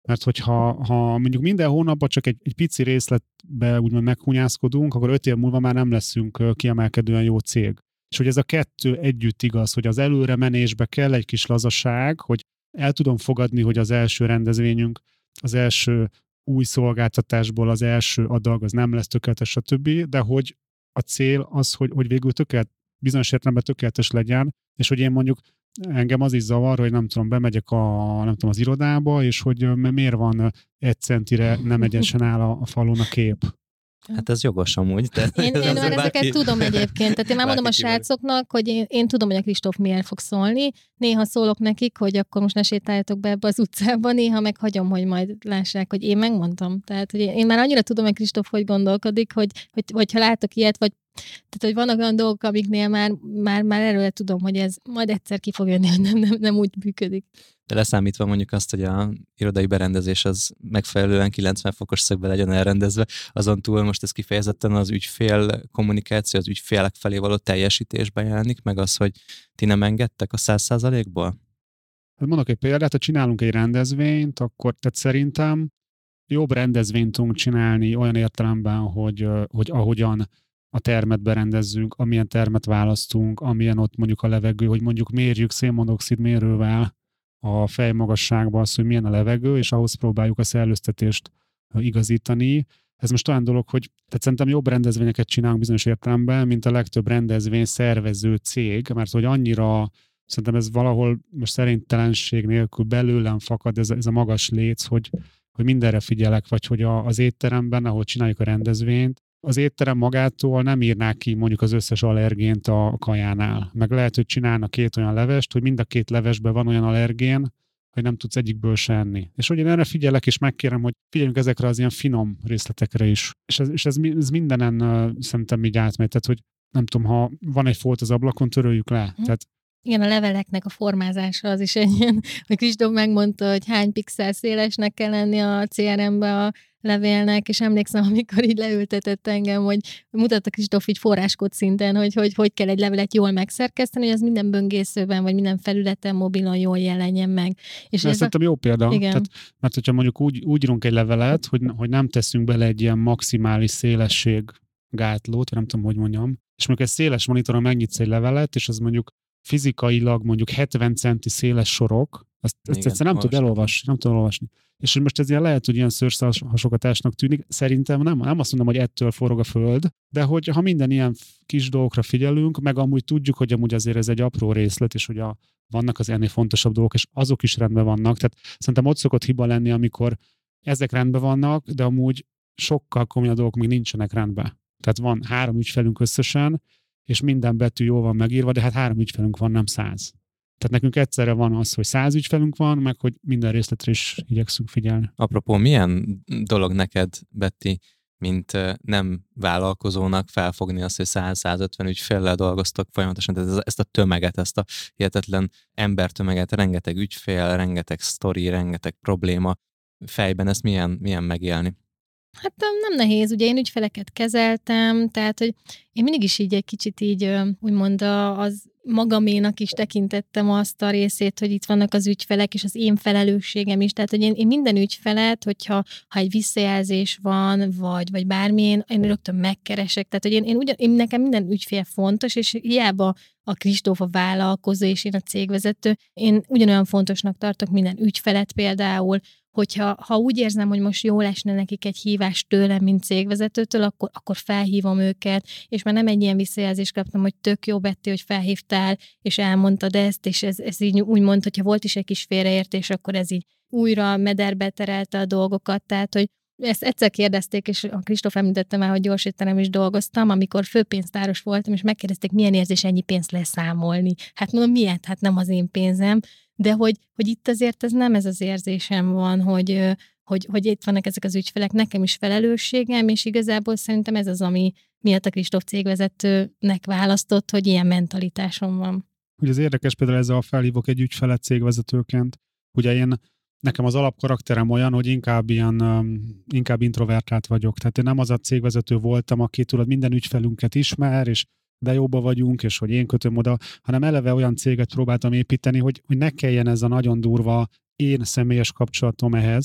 Mert hogyha ha mondjuk minden hónapban csak egy, egy pici részletbe úgymond meghunyászkodunk, akkor öt év múlva már nem leszünk kiemelkedően jó cég. És hogy ez a kettő együtt igaz, hogy az előre menésbe kell egy kis lazaság, hogy el tudom fogadni, hogy az első rendezvényünk, az első új szolgáltatásból az első adag, az nem lesz tökéletes, stb., de hogy a cél az, hogy, hogy végül tökélet, bizonyos értelemben tökéletes legyen, és hogy én mondjuk engem az is zavar, hogy nem tudom, bemegyek a, nem tudom, az irodába, és hogy miért van egy centire nem egyenesen áll a, a falon a kép. Hát ez jogos amúgy. De én én már ezeket bárki, tudom egyébként. Tehát én már mondom a srácoknak, hogy én, én tudom, hogy a Kristóf miért fog szólni. Néha szólok nekik, hogy akkor most ne sétáljatok be ebbe az utcába, néha meg hagyom, hogy majd lássák, hogy én megmondtam. Tehát hogy én, én már annyira tudom, hogy Kristóf hogy gondolkodik, hogy, hogy, hogyha látok ilyet, vagy tehát, hogy vannak olyan dolgok, amiknél már, már, már erről tudom, hogy ez majd egyszer ki fog jönni, hogy nem, nem, nem úgy működik. De leszámítva mondjuk azt, hogy a irodai berendezés az megfelelően kilencven fokos szögben legyen elrendezve, azon túl most ez kifejezetten az ügyfél kommunikáció, az ügyfélek felé való teljesítésben jelenik, meg az, hogy ti nem engedtek a száz százalékból? Mondok egy példát, ha csinálunk egy rendezvényt, akkor tehát szerintem jobb rendezvényt tudunk csinálni olyan értelemben, hogy, hogy ahogyan a termet berendezzünk, amilyen termet választunk, amilyen ott mondjuk a levegő, hogy mondjuk mérjük szénmonoxid mérővel a fejmagasságba az, hogy milyen a levegő, és ahhoz próbáljuk a szellőztetést igazítani. Ez most olyan dolog, hogy tehát szerintem jobb rendezvényeket csinálunk bizonyos értelemben, mint a legtöbb rendezvény szervező cég, mert hogy annyira, szerintem ez valahol most szerintelenség nélkül belőlem fakad ez a, ez a magas léc, hogy, hogy mindenre figyelek, vagy hogy a, az étteremben, ahol csináljuk a rendezvényt, az étterem magától nem írnák ki mondjuk az összes allergént a kajánál. Meg lehet, hogy csinálnak két olyan levest, hogy mind a két levesben van olyan allergén, hogy nem tudsz egyikből se enni. És hogy én erre figyelek, és megkérem, hogy figyeljünk ezekre az ilyen finom részletekre is. És ez, és ez, ez mindenen uh, szerintem így átmegy. Tehát, hogy nem tudom, ha van egy folt az ablakon, töröljük le. Hm. Tehát igen, a leveleknek a formázása az is egy ilyen, hogy Kristóf megmondta, hogy hány pixel szélesnek kell lenni a cé er em-be a levélnek, és emlékszem, amikor így leültetett engem, hogy mutatta Kristóf így forráskód szinten, hogy, hogy hogy kell egy levelet jól megszerkeszteni, hogy az minden böngészőben, vagy minden felületen, mobilon jól jelenjen meg. És ez szerintem a... jó példa. Tehát, mert hogyha mondjuk úgy, úgy írunk egy levelet, hogy, hogy nem teszünk bele egy ilyen maximális szélesség gátlót, nem tudom, hogy mondjam, és mondjuk egy széles monitoron megnyitsz egy levelet, és az mondjuk fizikailag mondjuk hetven centi széles sorok, azt, ezt egyszerűen nem tud elolvasni, nem tud elolvasni. És most ez ilyen lehet, hogy ilyen szőrszalhasogatásnak tűnik, szerintem nem, nem azt mondom, hogy ettől forog a föld, de hogy ha minden ilyen kis dolgokra figyelünk, meg amúgy tudjuk, hogy amúgy azért ez egy apró részlet, és hogy a, vannak az ennél fontosabb dolgok, és azok is rendben vannak. Tehát szerintem ott szokott hiba lenni, amikor ezek rendben vannak, de amúgy sokkal komolyabb dolgok még nincsenek rendben. Tehát van három ügyfelünk összesen, és minden betű jól van megírva, de hát három ügyfelünk van, nem száz. Tehát nekünk egyszerre van az, hogy száz ügyfelünk van, meg hogy minden részletre is igyekszünk figyelni. Apropó, milyen dolog neked, Betty, mint nem vállalkozónak felfogni azt, hogy száz-százötven ügyféllel dolgoztok folyamatosan, tehát ezt a tömeget, ezt a hihetetlen embertömeget, rengeteg ügyfél, rengeteg sztori, rengeteg probléma fejben, ezt milyen, milyen megélni? Hát nem nehéz, ugye én ügyfeleket kezeltem, tehát hogy én mindig is így egy kicsit így úgymond az magaménak is tekintettem azt a részét, hogy itt vannak az ügyfelek, és az én felelősségem is. Tehát, hogy én, én minden ügyfelet, hogyha ha egy visszajelzés van, vagy, vagy bármilyen, én rögtön megkeresek. Tehát, hogy én, én, ugyan, én nekem minden ügyfél fontos, és hiába a Kristóf a vállalkozó, és én a cégvezető, én ugyanolyan fontosnak tartok minden ügyfelet például, hogyha ha úgy érzem, hogy most jól esne nekik egy hívás tőlem, mint cégvezetőtől, akkor, akkor felhívom őket, és már nem egy ilyen visszajelzést kaptam, hogy tök jó, Betty, hogy felhívtál, és elmondtad ezt, és ez, ez így úgy mondta, hogyha volt is egy kis félreértés, akkor ez így újra mederbe terelte a dolgokat, tehát, hogy ezt egyszer kérdezték, és a Kristóf említette már, hogy gyors étterem is dolgoztam, amikor főpénztáros voltam, és megkérdezték, milyen érzés ennyi pénzt leszámolni. Hát mondom, miért? Hát nem az én pénzem, de hogy, hogy itt azért ez nem ez az érzésem van, hogy, hogy, hogy itt vannak ezek az ügyfelek, nekem is felelősségem, és igazából szerintem ez az, ami miatt a Kristóf cégvezetőnek választott, hogy ilyen mentalitásom van. Ugye az érdekes például ezzel a felhívok egy ügyfelet cégvezetőként. Ugye én nekem az alapkarakterem olyan, hogy inkább ilyen, inkább introvertált vagyok. Tehát én nem az a cégvezető voltam, aki tudod, minden ügyfelünket ismer, és de jóba vagyunk, és hogy én kötöm oda, hanem eleve olyan céget próbáltam építeni, hogy, hogy ne kelljen ez a nagyon durva én személyes kapcsolatom ehhez,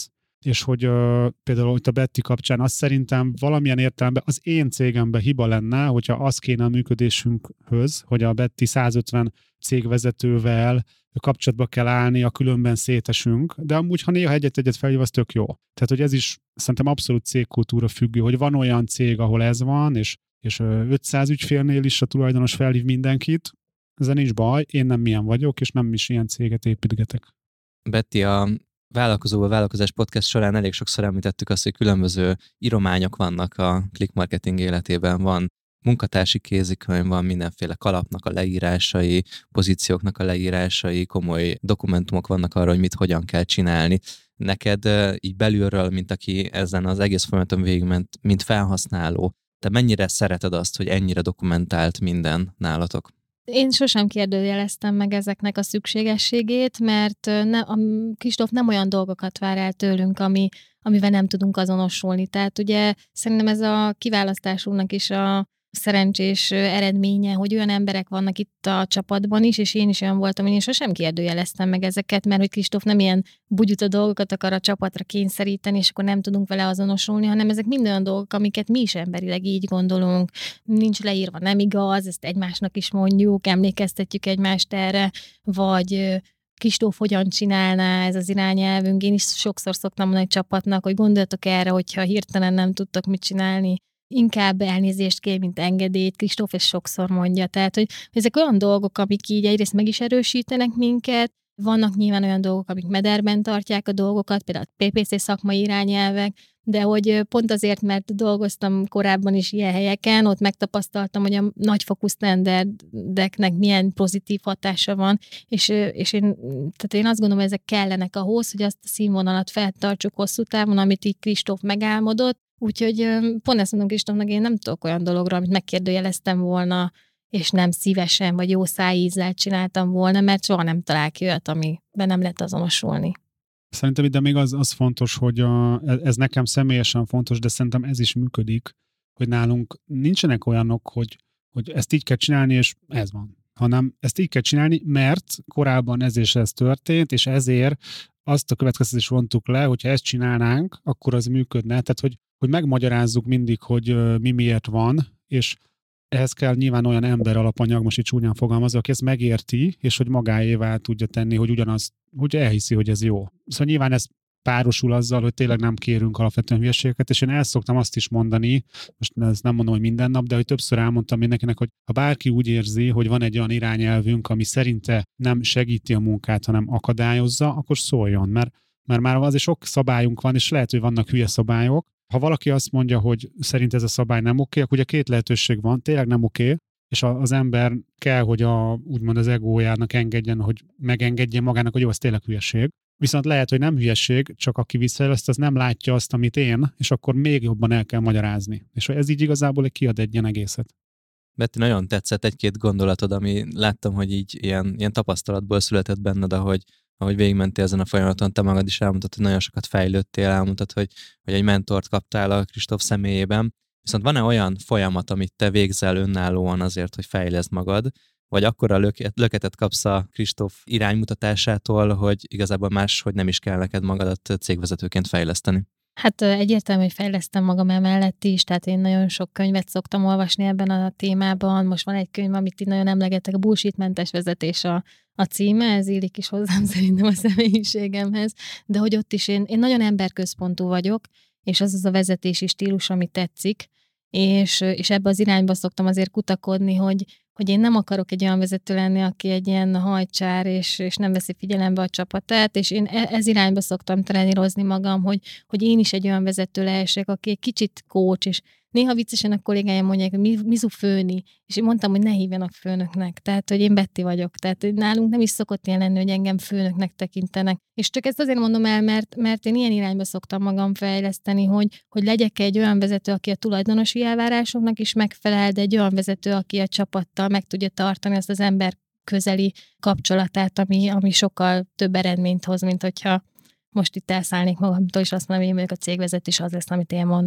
és hogy uh, például itt a Betty kapcsán azt szerintem valamilyen értelemben az én cégemben hiba lenne, hogyha az kéne a működésünkhöz, hogy a Betty százötven cégvezetővel kapcsolatba kell állni, a különben szétesünk, de amúgy, ha néha egyet-egyet felhív, az tök jó. Tehát, hogy ez is szerintem abszolút cégkultúra függő, hogy van olyan cég, ahol ez van, és, és ötszáz ügyfélnél is a tulajdonos felhív mindenkit, ezzel nincs baj, én nem milyen vagyok, és nem is ilyen céget építgetek. Betty, a Vállalkozóból Vállalkozás podcast során elég sokszor említettük azt, hogy különböző írományok vannak a click marketing életében. Van munkatársi kézikönyv, van mindenféle kalapnak a leírásai, pozícióknak a leírásai, komoly dokumentumok vannak arra, hogy mit hogyan kell csinálni. Neked így belülről, mint aki ezen az egész folyamaton végigment, mint felhasználó, te mennyire szereted azt, hogy ennyire dokumentált minden nálatok? Én sosem kérdőjeleztem meg ezeknek a szükségességét, mert ne, a Kristóf nem olyan dolgokat vár el tőlünk, ami, amivel nem tudunk azonosulni. Tehát ugye szerintem ez a kiválasztásunknak is a szerencsés eredménye, hogy olyan emberek vannak itt a csapatban is, és én is olyan voltam, hogy én sosem kérdőjeleztem meg ezeket, mert hogy Kristóf nem ilyen bugyuta dolgokat akar a csapatra kényszeríteni, és akkor nem tudunk vele azonosulni, hanem ezek mind olyan dolgok, amiket mi is emberileg így gondolunk. Nincs leírva, nem igaz, ezt egymásnak is mondjuk, emlékeztetjük egymást erre, vagy Kristóf hogyan csinálná ez az irányelvünk. Én is sokszor szoktam mondani a csapatnak, hogy gondoljatok erre, hogyha hirtelen nem tudtok mit csinálni, inkább elnézést kér, mint engedélyt, Kristóf ezt sokszor mondja. Tehát, hogy ezek olyan dolgok, amik így egyrészt meg is erősítenek minket, vannak nyilván olyan dolgok, amik mederben tartják a dolgokat, például a pé pé cé szakmai irányelvek, de hogy pont azért, mert dolgoztam korábban is ilyen helyeken, ott megtapasztaltam, hogy a nagyfokú sztenderdeknek milyen pozitív hatása van, és, és én, tehát én azt gondolom, hogy ezek kellenek ahhoz, hogy azt a színvonalat feltartsuk hosszú távon, amit így Kristóf megálmodott. Úgyhogy pont ezt mondom Kristófnak, én nem tudok olyan dologra, amit megkérdőjeleztem volna, és nem szívesen, vagy jó szájízzel csináltam volna, mert soha nem talál ki olyat, amiben nem lehet azonosulni. Szerintem ide még az, az fontos, hogy a, ez nekem személyesen fontos, de szerintem ez is működik, hogy nálunk nincsenek olyanok, hogy, hogy ezt így kell csinálni, és ez van. Hanem ezt így kell csinálni, mert korábban ez és ez történt, és ezért azt a következtetést vontuk le, hogyha ezt csinálnánk, akkor az működne. Tehát, hogy, hogy megmagyarázzuk mindig, hogy uh, mi miért van, és ehhez kell nyilván olyan ember alapanyag, most így csúnyán fogalmazva, aki ezt megérti, és hogy magáévá tudja tenni, hogy ugyanaz, hogy elhiszi, hogy ez jó. Szóval nyilván ez párosul azzal, hogy tényleg nem kérünk alapvetően hülyeségeket, és én el szoktam azt is mondani, most ezt nem mondom, hogy minden nap, de hogy többször elmondtam mindenkinek, hogy ha bárki úgy érzi, hogy van egy olyan irányelvünk, ami szerinte nem segíti a munkát, hanem akadályozza, akkor szóljon, mert, mert már azért sok szabályunk van, és lehet, hogy vannak hülye szabályok. Ha valaki azt mondja, hogy szerint ez a szabály nem oké, akkor ugye két lehetőség van, tényleg nem oké, és az ember kell, hogy a, úgymond az egójának engedjen, hogy megengedjen magának, hogy jó, ez tényleg hülyeség. Viszont lehet, hogy nem hülyeség, csak aki visszaél ezt, az nem látja azt, amit én, és akkor még jobban el kell magyarázni. És ez így igazából kiad egy ilyen egészet. Betty, nagyon tetszett egy-két gondolatod, ami láttam, hogy így ilyen, ilyen tapasztalatból született benned, ahogy, ahogy végigmentél ezen a folyamaton, te magad is elmondtad, hogy nagyon sokat fejlődtél, elmondtad, hogy, hogy egy mentort kaptál a Kristóf személyében. Viszont van-e olyan folyamat, amit te végzel önállóan azért, hogy fejleszd magad, vagy akkora löket, löketet kapsz a Kristóf iránymutatásától, hogy igazából máshogy nem is kell neked magadat cégvezetőként fejleszteni? Hát egyértelmű, hogy fejlesztem magam emellett is, tehát én nagyon sok könyvet szoktam olvasni ebben a témában. Most van egy könyv, amit így nagyon emlegetek, a bullshitmentes vezetés a, a címe, ez illik is hozzám szerintem a személyiségemhez, de hogy ott is én, én nagyon emberközpontú vagyok, és az az a vezetési stílus, ami tetszik, és, és ebbe az irányba szoktam azért kutakodni, hogy, hogy én nem akarok egy olyan vezető lenni, aki egy ilyen hajcsár, és, és nem veszi figyelembe a csapatát, és én ez irányba szoktam trenírozni magam, hogy, hogy én is egy olyan vezető lehessek, aki egy kicsit coach, és néha viccesen a kollégáim mondják, hogy mi, mizu főni, és én mondtam, hogy ne hívjanak főnöknek, tehát, hogy én Betty vagyok, tehát nálunk nem is szokott ilyen lenni, hogy engem főnöknek tekintenek. És csak ezt azért mondom el, mert, mert én ilyen irányba szoktam magam fejleszteni, hogy, hogy legyek egy olyan vezető, aki a tulajdonosi elvárásoknak is megfelel, de egy olyan vezető, aki a csapattal meg tudja tartani azt az ember közeli kapcsolatát, ami, ami sokkal több eredményt hoz, mint hogyha most itt elszállnék magamtól, és azt mondom, hogy én vagyok a cégvezető, és az lesz, amit én mondok.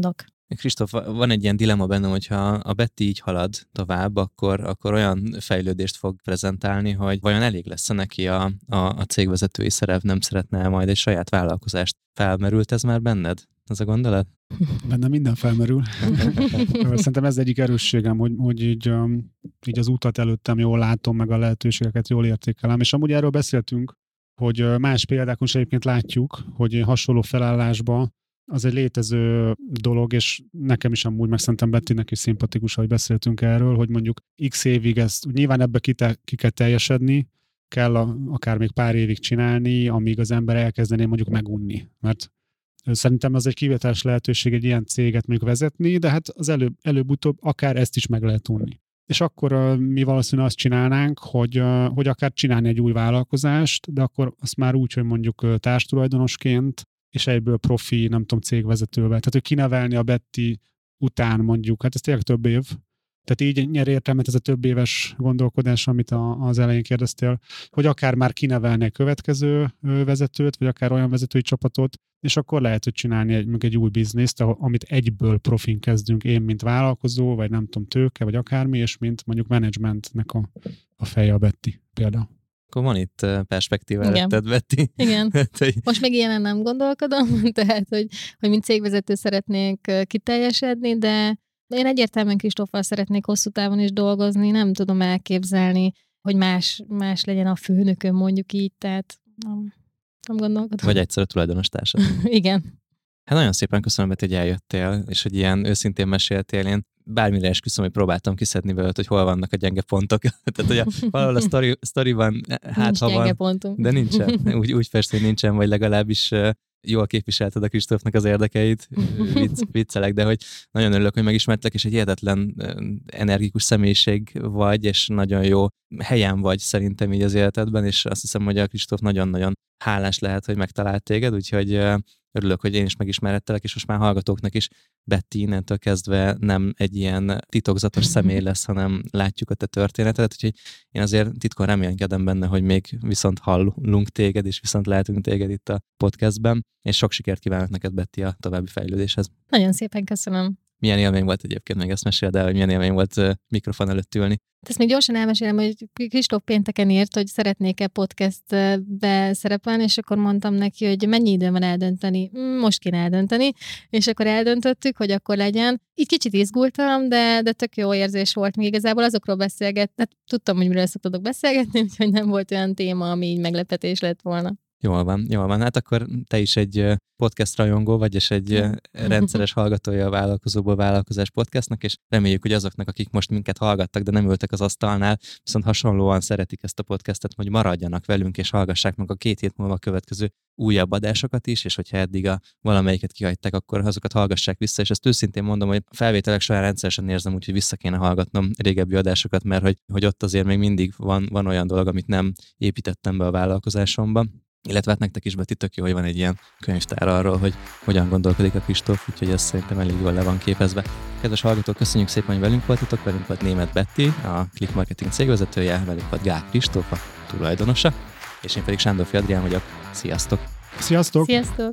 Kristóf, van egy ilyen dilemma bennem, hogyha a Betty így halad tovább, akkor, akkor olyan fejlődést fog prezentálni, hogy vajon elég lesz neki a, a, a cégvezetői szerep, nem szeretne majd egy saját vállalkozást. Felmerült ez már benned? Ez a gondolat? Benne minden felmerül. Szerintem ez egyik erősségem, hogy, hogy így, így az utat előttem jól látom, meg a lehetőségeket jól értékelem. És amúgy erről beszéltünk, hogy más példákon is egyébként látjuk, hogy hasonló felállásban az egy létező dolog, és nekem is amúgy, meg szerintem Bettynek is szimpatikus, hogy beszéltünk erről, hogy mondjuk x évig ezt, nyilván ebbe ki, te, ki kell teljesedni, kell a, akár még pár évig csinálni, amíg az ember elkezdené mondjuk megunni. Mert szerintem az egy kivételes lehetőség egy ilyen céget mondjuk vezetni, de hát az előbb, előbb-utóbb akár ezt is meg lehet unni. És akkor uh, mi valószínűleg azt csinálnánk, hogy, uh, hogy akár csinálni egy új vállalkozást, de akkor azt már úgy, hogy mondjuk uh, társtulajdonosként, és egyből profi, nem tudom, cégvezetővel. Tehát, hogy kinevelni a Betty után mondjuk, hát ez tényleg több év. Tehát így nyer értelmet ez a több éves gondolkodás, amit a, az elején kérdeztél, hogy akár már kinevelni a következő vezetőt, vagy akár olyan vezetői csapatot, és akkor lehet, hogy csinálni egy, egy új bizniszt, amit egyből profin kezdünk, én, mint vállalkozó, vagy nem tudom, tőke, vagy akármi, és mint mondjuk menedzsmentnek a, a feje a Betty például. Akkor van itt perspektíva előtted, Betty. Igen. Most még ilyenen nem gondolkodom, tehát, hogy, hogy mint cégvezető szeretnék kiteljesedni, de én egyértelműen Kristóffal szeretnék hosszú távon is dolgozni, nem tudom elképzelni, hogy más, más legyen a főnököm, mondjuk így, tehát nem, nem gondolkodom. Vagy egyszer a tulajdonos társad. Igen. Hát nagyon szépen köszönöm, hogy eljöttél, és hogy ilyen őszintén meséltél. Én bármire esküszöm, hogy próbáltam kiszedni belőle, hogy hol vannak a gyenge pontok. Tehát, hogy a, valahol a sztori, sztoriban, hát nincs ha van, pontunk. De nincsen. Úgy, úgy fest, hogy nincsen, vagy legalábbis jól képviselted a Kristófnak az érdekeit, vicc, viccelek, de hogy nagyon örülök, hogy megismertek, és egy hihetetlen energikus személyiség vagy, és nagyon jó helyen vagy szerintem így az életedben, és azt hiszem, hogy a Kristóf nagyon-nagyon hálás lehet, hogy megtalált téged, úgyhogy örülök, hogy én is megismerettelek, és most már hallgatóknak is Betty innentől kezdve nem egy ilyen titokzatos személy lesz, hanem látjuk a te történetedet, úgyhogy én azért titkon reménykedem benne, hogy még viszont hallunk téged, és viszont látunk téged itt a podcastben, és sok sikert kívánok neked, Betty, a további fejlődéshez. Nagyon szépen köszönöm. Milyen élmény volt egyébként, még ezt meséld el, hogy milyen élmény volt uh, mikrofon előtt ülni. Ezt még gyorsan elmesélem, hogy Kristóf pénteken írt, hogy szeretnék-e podcastbe szerepelni, és akkor mondtam neki, hogy mennyi idő van eldönteni. Most kéne eldönteni, és akkor eldöntöttük, hogy akkor legyen. Így kicsit izgultam, de, de tök jó érzés volt. Még igazából azokról beszélgetni, hát tudtam, hogy miről szoktatok beszélgetni, úgyhogy nem volt olyan téma, ami így meglepetés lett volna. Jól van, jól van. Hát akkor te is egy podcast rajongó vagy, és egy rendszeres hallgatója a Vállalkozóból Vállalkozás podcastnak, és reméljük, hogy azoknak, akik most minket hallgattak, de nem ültek az asztalnál, viszont hasonlóan szeretik ezt a podcastet, hogy maradjanak velünk, és hallgassák meg a két hét múlva a következő újabb adásokat is, és hogyha eddig a valamelyiket kihagyták, akkor azokat hallgassák vissza, és ezt őszintén mondom, hogy a felvételek során rendszeresen érzem, úgyhogy vissza kéne hallgatnom régebbi adásokat, mert hogy, hogy ott azért még mindig van, van olyan dolog, amit nem építettem be a vállalkozásomba. Illetve hát nektek is, Betty, tök jó, hogy van egy ilyen könyvtár arról, hogy hogyan gondolkodik a Kristóf, úgyhogy ez szerintem elég jól le van képezve. Kedves hallgatók, köszönjük szépen, hogy velünk voltatok, velünk volt Németh Betty, a Click Marketing cégvezetője, velünk volt Gál Kristóf, a tulajdonosa, és én pedig Sándorfi Adrián vagyok. Sziasztok! Sziasztok! Sziasztok!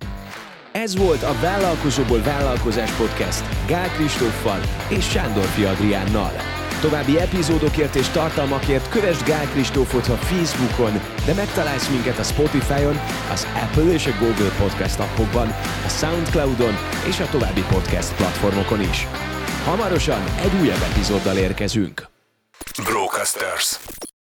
Ez volt a Vállalkozóból Vállalkozás podcast Gál Kristóffal és Sándorfi Adriánnal. További epizódokért és tartalmakért kövesd Gál Kristófot a Facebookon, de megtalálsz minket a Spotify-on, az Apple és a Google Podcast appokban, a Soundcloudon és a további podcast platformokon is. Hamarosan egy újabb epizóddal érkezünk. Brocasters.